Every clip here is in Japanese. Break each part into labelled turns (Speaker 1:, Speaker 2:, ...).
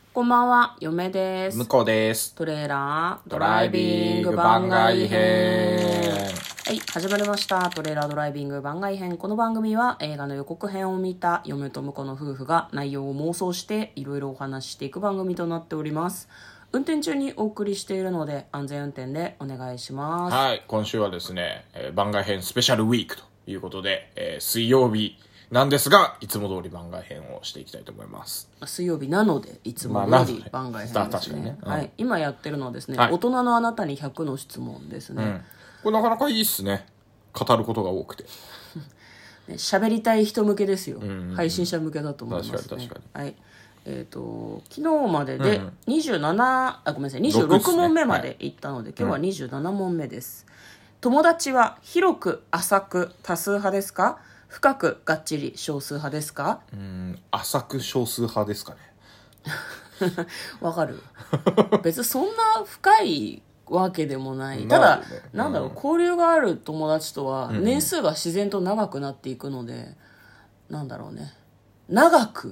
Speaker 1: こんばんは、嫁です。
Speaker 2: 向こうです。
Speaker 1: トレーラード
Speaker 2: ドライビング番外編。
Speaker 1: はい、始まりました。トレーラードライビング番外編。この番組は映画の予告編を見た嫁と婿の夫婦が内容を妄想していろいろお話ししていく番組となっております。運転中にお送りしているので安全運転でお願いします。
Speaker 2: はい、今週はですね、番外編スペシャルウィークということで、水曜日なんですが、いつも通り番外編をしていきたいと思います。
Speaker 1: 水曜日なのでいつも通り番外編ですね。
Speaker 2: 確かにね、
Speaker 1: はい、今やってるのはですね、
Speaker 2: はい、
Speaker 1: 大人のあなたに100の質問ですね。
Speaker 2: これなかなかいいっすね。語ることが多くて。
Speaker 1: 喋りたい人向けですよ、配信者向けだと思いますね。
Speaker 2: 確かに。
Speaker 1: はい。昨日までで26問目までいったので、今日は27問目です。友達は広く浅く多数派ですか？深くがっちり少数派ですか？
Speaker 2: 浅く少数派ですかね。
Speaker 1: わかる。別にそんな深いわけでもない。ただ、なんだろう、交流がある友達とは年数が自然と長くなっていくので、なんだろうね、長く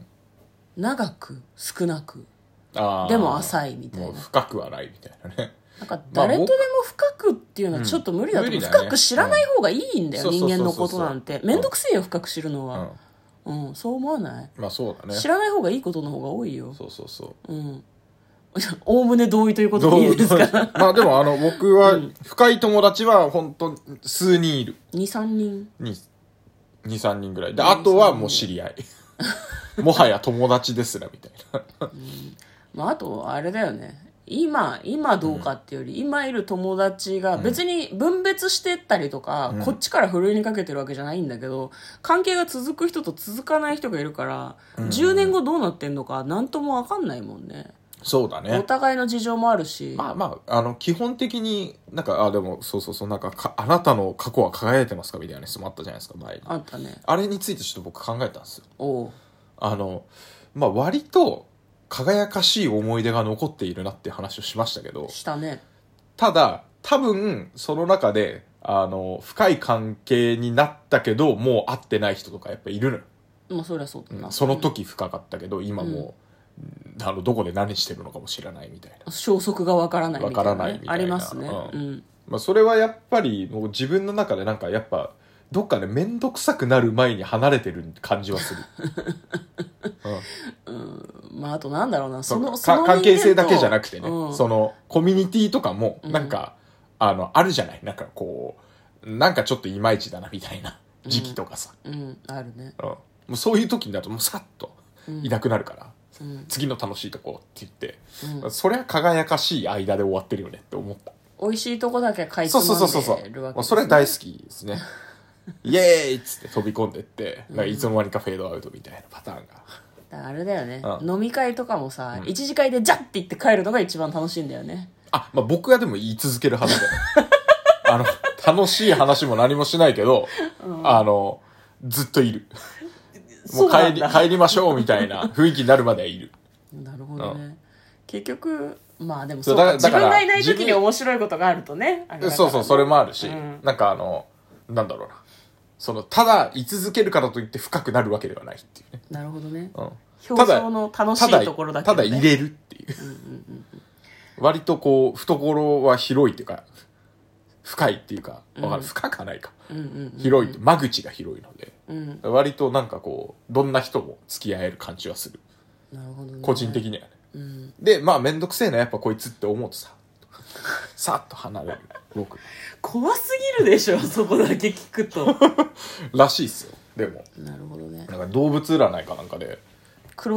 Speaker 1: 少なくでも浅いみたいな。
Speaker 2: もう深くはないみたいなね。
Speaker 1: なんか誰とでも深くっていうのはちょっと無理だと思う。深く知らない方がいいんだよ、人間のことなんて。めんどくせえよ、深く知るのは。そう思わない？
Speaker 2: まあそうだね。
Speaker 1: 知らない方がいいことの方が多いよ。
Speaker 2: そう。
Speaker 1: おおむね同意ということでいいですか？
Speaker 2: まあでも僕は深い友達は本当数人いる。
Speaker 1: 2、3人
Speaker 2: 2、3人ぐらいで、あとはもう知り合い。もはや友達ですらみたいな。
Speaker 1: まああとあれだよね、今どうかっていうより、今いる友達が別に分別してったりとか、こっちからふるいにかけてるわけじゃないんだけど、関係が続く人と続かない人がいるから、10年後どうなってんのか何とも分かんないもんね。
Speaker 2: そうだね。
Speaker 1: お互いの事情もあるし、
Speaker 2: 基本的になんかでもそうなんかあなたの過去は輝いてますかみたいな質問あったじゃないですか、前に。
Speaker 1: あったね。
Speaker 2: あれについてちょっと僕考えたんですよ。
Speaker 1: おう。
Speaker 2: 割と輝かしい思い出が残っているなっていう話をしましたけど、
Speaker 1: したね。
Speaker 2: ただ多分その中で深い関係になったけどもう会ってない人とかやっぱいるのよ。
Speaker 1: まあそりゃそうだな。
Speaker 2: その時深かったけど今もう、どこで何してるのかも知らないみたいな、
Speaker 1: 消息がわからないみたいな、ね、
Speaker 2: わからないみたいな
Speaker 1: ありますね。
Speaker 2: それはやっぱりもう自分の中でなんかやっぱどっかで面倒くさくなる前に離れてる感じはする。
Speaker 1: まああとなんだろうな、その
Speaker 2: 関係性だけじゃなくてね、そのコミュニティとかもなんか、あるじゃない、なんかこうなんかちょっといまいちだなみたいな時期とかさ、
Speaker 1: あるね。
Speaker 2: もうそういう時になるともうさっといなくなるから、次の楽しいとこって言って、そりゃ輝かしい間で終わってるよねって思った。
Speaker 1: 美味しいとこだけかいつまんでるわけですね。
Speaker 2: それ大好きですね。イエーイっつって飛び込んでって、いつの間にかフェードアウトみたいなパターンが。
Speaker 1: あれだよね、飲み会とかもさ、一次会でジャッて言って帰るのが一番楽しいんだよね。
Speaker 2: 僕はでも言い続けるはずだよ。楽しい話も何もしないけど、ずっといる。もう帰りましょうみたいな雰囲気になるまではいる。
Speaker 1: なるほどね。結局まあでもそうか、自分がいない時に面白いことがあるとね。
Speaker 2: そうそれもあるし、なんかなんだろうな、ただ居続けるからといって深くなるわけではないっていうね。
Speaker 1: なるほどね。表層の楽しいところだけ、
Speaker 2: ただ入れるっていう。割とこう懐は広いっていうか深いっていうか、深くはないか、広いって間口が広いので、割となんかこうどんな人も付き合える感じはする。
Speaker 1: なるほどね。
Speaker 2: 個人的にはね。でめんどくせえなやっぱこいつって思うとさっと離れる僕。
Speaker 1: 怖すぎるでしょ、そこだけ聞くと。
Speaker 2: らしいっすよ。でも
Speaker 1: なるほどね。
Speaker 2: なんか動物占いかなんかで
Speaker 1: 黒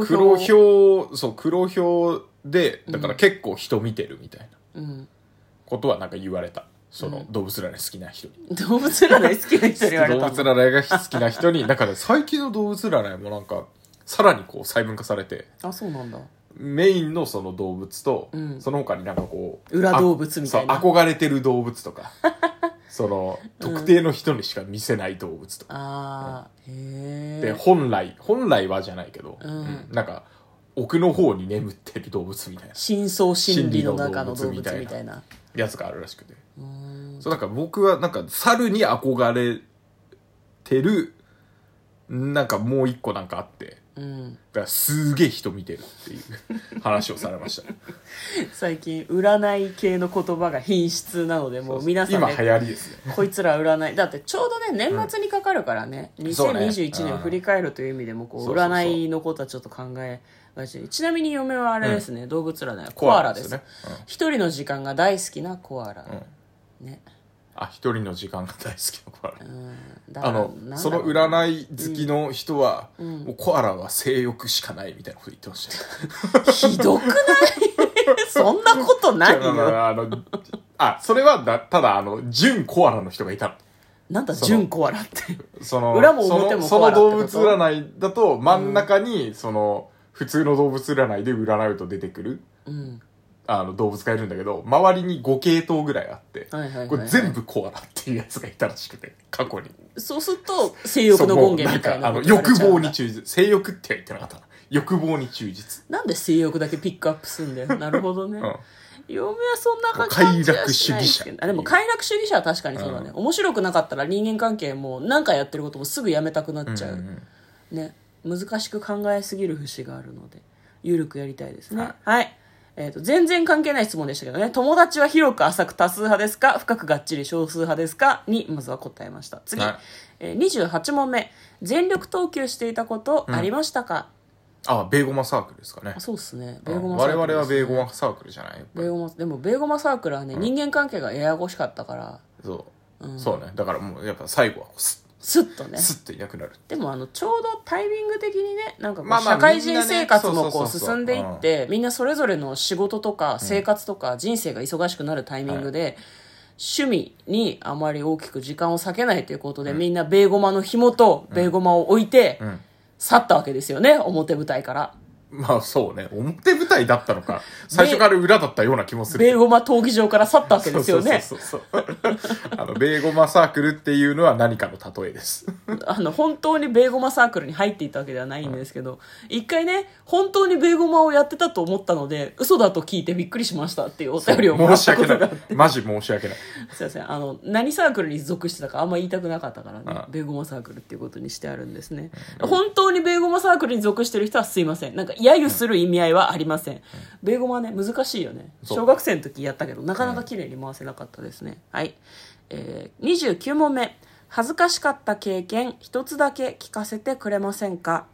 Speaker 2: 豹でだから結構人見てるみたいなことはなんか言われた。その動物占い好きな人に、
Speaker 1: 動物占い好きな人に言われた。
Speaker 2: 動物占いが好きな人にだから最近の動物占いもなんかさらにこう細分化されて、
Speaker 1: そうなんだ。
Speaker 2: メインのその動物と、その他になんかこう
Speaker 1: 裏動物みたいな、
Speaker 2: 憧れてる動物とかその特定の人にしか見せない動物とか、
Speaker 1: へえ。
Speaker 2: で本来はじゃないけど、なんか奥の方に眠ってる動物みたいな、
Speaker 1: 深層心理の中の動物みたいな
Speaker 2: やつがあるらしくて、そうなんか僕はなんか猿に憧れてるなんかもう一個なんかあって、 だからすげえ人見てるっていう話をされました
Speaker 1: 最近占い系の言葉が品質なので、もう皆さん、ね、
Speaker 2: 今流行りですね。
Speaker 1: こいつら占いだってちょうどね年末にかかるからね、2021年を振り返るという意味でもこう占いのことはちょっと考えがち。ちなみに嫁はあれですね、動物占いはコアラです。一人の時間が大好きなコアラ、ね。
Speaker 2: 一人の時間が大好きなコアラ。その占い好きの人は、もうコアラは性欲しかないみたいなこと言ってましたよ。
Speaker 1: ひどくないそんなことないよ。
Speaker 2: それはただ純コアラの人がいたの。
Speaker 1: なんだ純コアラって。
Speaker 2: 裏も表もコアラってこと。その動物占いだと真ん中に、普通の動物占いで占うと出てくる。動物がいるんだけど、周りに5系統ぐらいあって、これ全部コアラっていうやつがいたらしくて、過去に。
Speaker 1: そうすると、性欲の権限みたいな。
Speaker 2: 欲望に忠実。性欲っては言ってなかったな。欲望に忠実。
Speaker 1: なんで性欲だけピックアップすんだよ。なるほどね。嫁はそんな感じはしないですけど。でも快楽主義者は確かにそうだね。面白くなかったら人間関係も何かやってることもすぐやめたくなっちゃう。ね。難しく考えすぎる節があるので、ゆるくやりたいですね。はい。全然関係ない質問でしたけどね。友達は広く浅く多数派ですか、深くがっちり少数派ですかに、まずは答えました。次。28問目。全力投球していたことありましたか？
Speaker 2: ベーゴマサークルですかね。
Speaker 1: そうですね。ベーゴマサークル、
Speaker 2: 我々はベーゴマサークルじゃない？
Speaker 1: でもベーゴマサークルはね、人間関係がややこしかったから。
Speaker 2: そうね。だからもうやっぱ最後は
Speaker 1: スッとね。
Speaker 2: スッといなくなる。
Speaker 1: でもちょうどタイミング的にね、なんかこう、社会人生活もこう進んでいって、みんなそれぞれの仕事とか生活とか人生が忙しくなるタイミングで、趣味にあまり大きく時間を割けないということで、みんなベーゴマの紐とベーゴマを置いて、去ったわけですよね、表舞台から。
Speaker 2: まあそうね。表舞台だったのか。最初から裏だったような気もする。
Speaker 1: ベーゴマ闘技場から去ったわけですよね。
Speaker 2: そう。ベーゴマサークルっていうのは何かの例えです。
Speaker 1: 本当にベーゴマサークルに入っていたわけではないんですけど、一回ね、本当にベーゴマをやってたと思ったので、嘘だと聞いてびっくりしましたっていうお便りをもらったことがあって。
Speaker 2: マジ申し訳ない。
Speaker 1: すいません。何サークルに属してたかあんま言いたくなかったからね、ベーゴマサークルっていうことにしてあるんですね。本当にベーゴマサークルに属してる人はすいません。なんか、揶揄する意味合いはありません。ベーゴマはね、難しいよね。小学生の時やったけど、なかなか綺麗に回せなかったですね。はい。29問目。恥ずかしかった経験、一つだけ聞かせてくれませんか？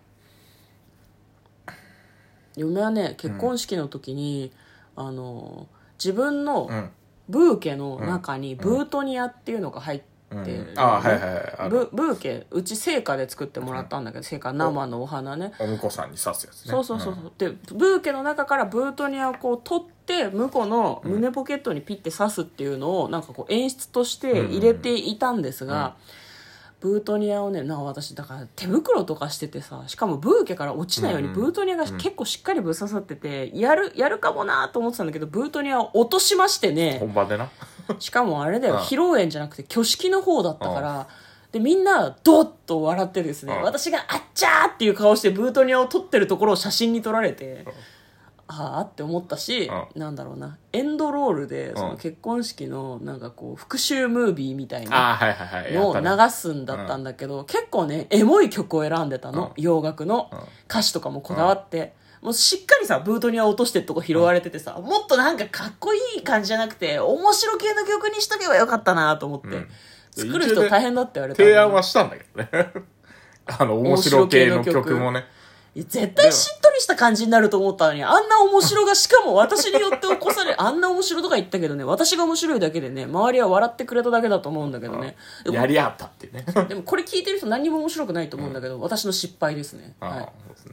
Speaker 1: 嫁はね、結婚式の時に、自分のブーケの中にブートニアっていうのが入ってブーケうち製菓で作ってもらったんだけど、製菓生のお花ね、
Speaker 2: お婿さんに刺すやつね。
Speaker 1: そうでブーケの中からブートニアをこう取って婿の胸ポケットにピッて刺すっていうのをなんかこう演出として入れていたんですが、ブートニアをね、私だから手袋とかしててさ、しかもブーケから落ちないようにブートニアが結構しっかりぶっ刺さってて、やるかもなと思ってたんだけど、ブートニアを落としましてね。
Speaker 2: 本番でな。
Speaker 1: しかもあれだよ、披露宴じゃなくて挙式の方だったから、でみんなドッと笑ってですね、私があっちゃーっていう顔してブートニアを撮ってるところを写真に撮られて、ああって思ったし、なんだろうな、エンドロールでその結婚式のなんかこう復習ムービーみたいなのを流すんだったんだけど、結構ねエモい曲を選んでたの、洋楽の歌詞とかもこだわって、もうしっかりさブートニア落としてるとこ拾われててさ、もっとなんかかっこいい感じじゃなくて面白系の曲にしとけばよかったなと思って、作る人大変だって言われた。
Speaker 2: 提案はしたんだけどね面白系の曲もね、
Speaker 1: 絶対しっとりした感じになると思ったのに、あんな面白がしかも私によって起こされあんな面白とか言ったけどね、私が面白いだけでね、周りは笑ってくれただけだと思うんだけどね、
Speaker 2: やり合ったってね
Speaker 1: でもこれ聞いてる人何にも面白くないと思うんだけど、私の失敗ですね。はい。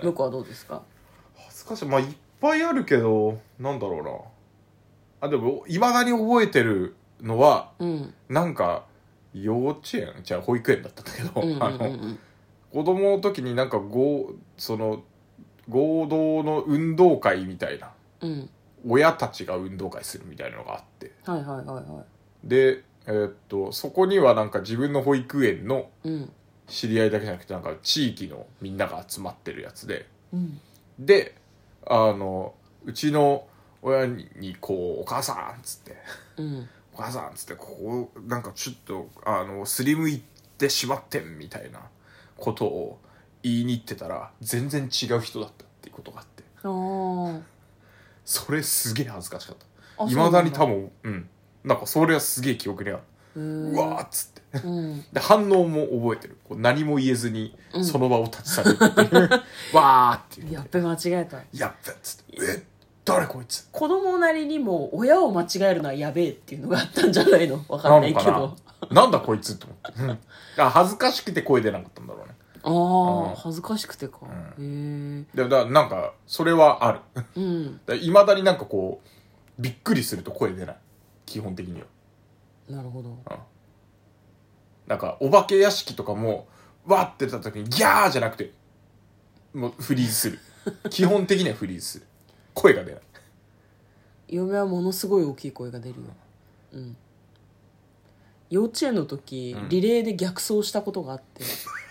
Speaker 1: 向こうはどうですか？
Speaker 2: 恥ずかしい、まあいっぱいあるけど、なんだろうな。でもいまだに覚えてるのは、なんか幼稚園じゃあ保育園だったんだけど、子供の時になんかその合同の運動会みたいな、親たちが運動会するみたいなのがあって、でそこにはなんか自分の保育園の知り合いだけじゃなくて、なんか地域のみんなが集まってるやつで、でうちの親にこうお母さんっつって、お母さんっつってここなんかちょっとスリムいってしまってんみたいなことを言いに行ってたら全然違う人だったっていうことがあって、それすげえ恥ずかしかった。いまだに多分なんかそれはすげえ記憶にある。うわーっつって、で反応も覚えてる。こう何も言えずにその場を立ち去るっていう、わーって言って、
Speaker 1: やっべ間違えた、
Speaker 2: やっべっつって、誰こいつ。
Speaker 1: 子供なりにも親を間違えるのはやべえっていうのがあったんじゃないの、わかんないけど。
Speaker 2: なんだこいつって思って、恥ずかしくて声出なかったんだろうね。
Speaker 1: 恥ずかしくてか。
Speaker 2: なんかそれはある。いまだになんかこうびっくりすると声出ない、基本的には。
Speaker 1: なるほど。
Speaker 2: なんかお化け屋敷とかもわって出た時にギャーじゃなくてもうフリーズする。基本的にはフリーズする。声が出ない。
Speaker 1: 嫁はものすごい大きい声が出るよ。幼稚園の時、リレーで逆走したことがあって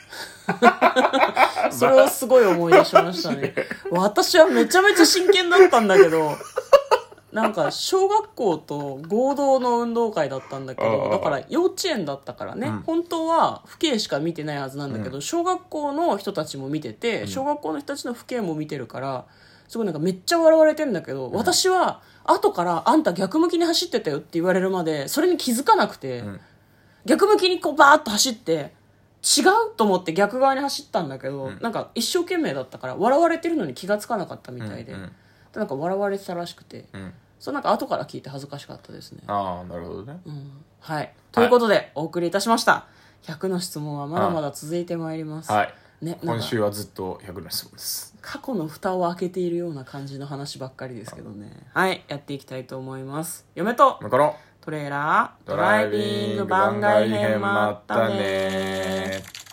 Speaker 1: それをすごい思い出しましたね。私はめちゃめちゃ真剣だったんだけど、なんか小学校と合同の運動会だったんだけど、だから幼稚園だったからね、本当は父兄しか見てないはずなんだけど、小学校の人たちも見てて、小学校の人たちの父兄も見てるから、すごいなんかめっちゃ笑われてんだけど、私は後からあんた逆向きに走ってたよって言われるまでそれに気づかなくて、逆向きにこうバーッと走って違うと思って逆側に走ったんだけど、なんか一生懸命だったから笑われてるのに気がつかなかったみたいで、なんか笑われてたらしくて、そうなんか後から聞いて恥ずかしかったですね。
Speaker 2: なるほどね。
Speaker 1: はいということでお送りいたしました。100の質問はまだまだ続いてまいります。
Speaker 2: ね、今週はずっと100の質問です。
Speaker 1: 過去の蓋を開けているような感じの話ばっかりですけどね。はい、やっていきたいと思います。嫁とトレーラードライビング番外編、まったね。